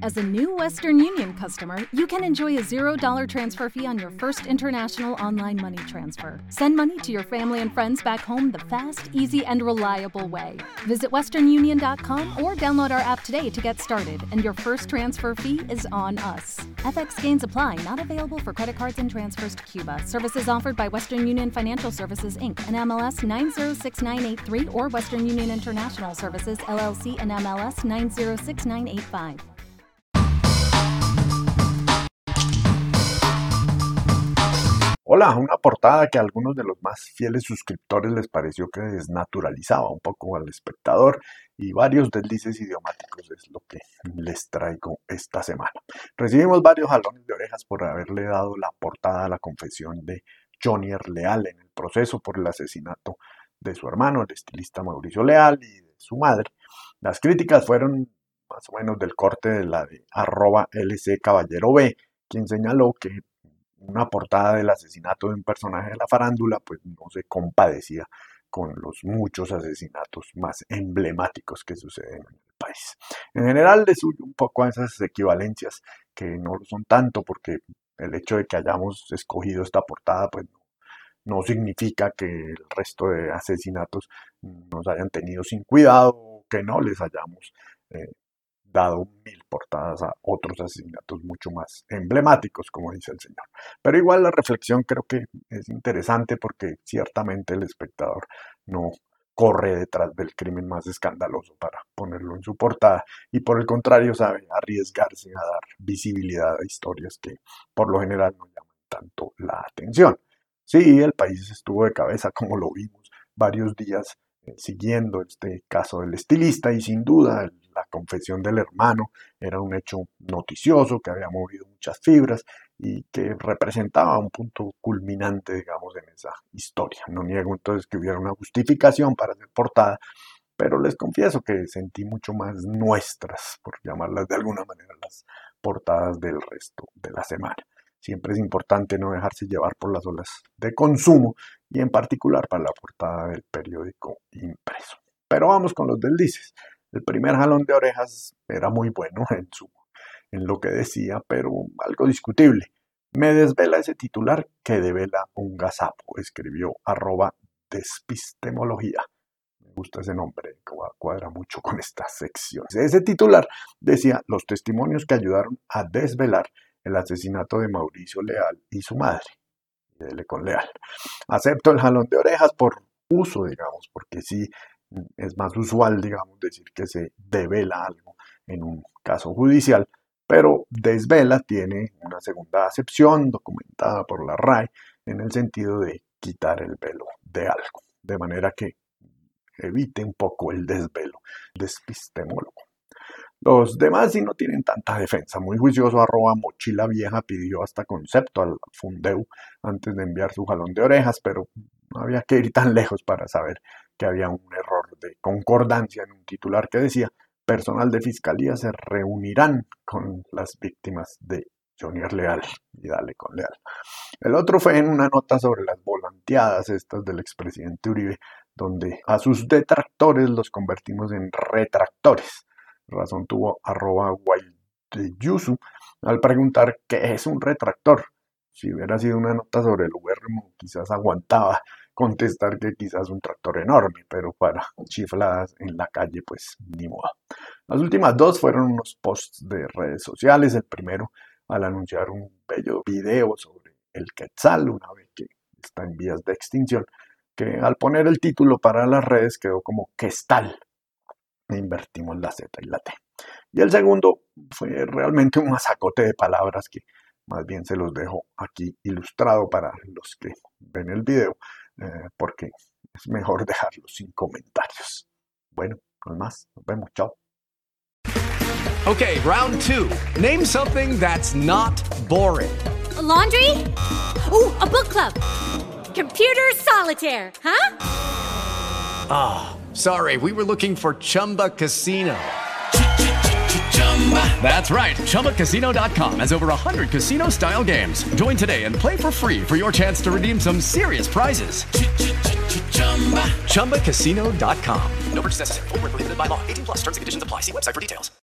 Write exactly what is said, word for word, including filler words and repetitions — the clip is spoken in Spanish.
As a new Western Union customer, you can enjoy a zero dollars transfer fee on your first international online money transfer. Send money to your family and friends back home the fast, easy, and reliable way. Visit western union dot com or download our app today to get started, and your first transfer fee is on us. F X gains apply, not available for credit cards and transfers to Cuba. Services offered by Western Union Financial Services, Incorporated, and M L S nine zero six nine eight three or Western Union International Services, L L C, and M L S nine zero six nine eight five. Hola, una portada que a algunos de los más fieles suscriptores les pareció que desnaturalizaba un poco al espectador, y varios deslices idiomáticos es lo que les traigo esta semana. Recibimos varios jalones de orejas por haberle dado la portada a la confesión de Jonier Leal en el proceso por el asesinato de su hermano, el estilista Mauricio Leal, y de su madre. Las críticas fueron más o menos del corte de la de arroba lc caballero b, quien señaló que una portada del asesinato de un personaje de la farándula pues no se compadecía con los muchos asesinatos más emblemáticos que suceden en el país. En general le suyo un poco a esas equivalencias que no lo son tanto, porque el hecho de que hayamos escogido esta portada pues no, no significa que el resto de asesinatos nos hayan tenido sin cuidado o que no les hayamos eh, dado mil portadas a otros asesinatos mucho más emblemáticos, como dice el señor. Pero igual la reflexión creo que es interesante, porque ciertamente el espectador no corre detrás del crimen más escandaloso para ponerlo en su portada, y por el contrario sabe arriesgarse a dar visibilidad a historias que por lo general no llaman tanto la atención. Sí, el país estuvo de cabeza, como lo vimos, varios días eh, siguiendo este caso del estilista, y sin duda el la confesión del hermano era un hecho noticioso que había movido muchas fibras y que representaba un punto culminante, digamos, en esa historia. No niego entonces que hubiera una justificación para hacer portada, pero les confieso que sentí mucho más nuestras, por llamarlas de alguna manera, las portadas del resto de la semana. Siempre es importante no dejarse llevar por las olas de consumo, y en particular para la portada del periódico impreso. Pero vamos con los deslices. El primer jalón de orejas era muy bueno en, su, en lo que decía, pero algo discutible. Me desvela ese titular que devela un gazapo, escribió arroba despistemología. Me gusta ese nombre, cuadra mucho con estas secciones. Ese titular decía: los testimonios que ayudaron a desvelar el asesinato de Mauricio Leal y su madre. Dele con Leal. Acepto el jalón de orejas por uso, digamos, porque sí es más usual, digamos, decir que se devela algo en un caso judicial, pero desvela tiene una segunda acepción documentada por la R A E en el sentido de quitar el velo de algo, de manera que evite un poco el desvelo. Despistemólogo. Los demás sí no tienen tanta defensa. Muy juicioso arroba mochila vieja pidió hasta concepto al Fundeu antes de enviar su jalón de orejas, pero no había que ir tan lejos para saber que había un error de concordancia en un titular que decía: personal de fiscalía se reunirán con las víctimas de Jonier Leal, y dale con Leal. El otro fue en una nota sobre las volanteadas estas del expresidente Uribe, donde a sus detractores los convertimos en retractores. Razón tuvo arroba Guayusu al preguntar qué es un retractor. Si hubiera sido una nota sobre el Ubermo, quizás aguantaba contestar que quizás un tractor enorme, pero para chifladas en la calle, pues ni modo. Las últimas dos fueron unos posts de redes sociales. El primero al anunciar un bello video sobre el quetzal, una ave que está en vías de extinción, que al poner el título para las redes quedó como Questal. E invertimos la Z y la T. Y el segundo fue realmente un masacote de palabras que más bien se los dejo aquí ilustrado para los que ven el video, eh, porque es mejor dejarlos sin comentarios. Bueno, no más. Nos vemos. Chao. Okay, round two. Name something that's not boring. A laundry? Ooh, a book club. Computer solitaire, huh? Ah, oh, sorry. We were looking for Chumba Casino. That's right. Chumba Casino dot com has over one hundred casino-style games. Join today and play for free for your chance to redeem some serious prizes. Chumba Casino dot com. No purchase necessary. Void where prohibited by law. eighteen plus terms and conditions apply. See website for details.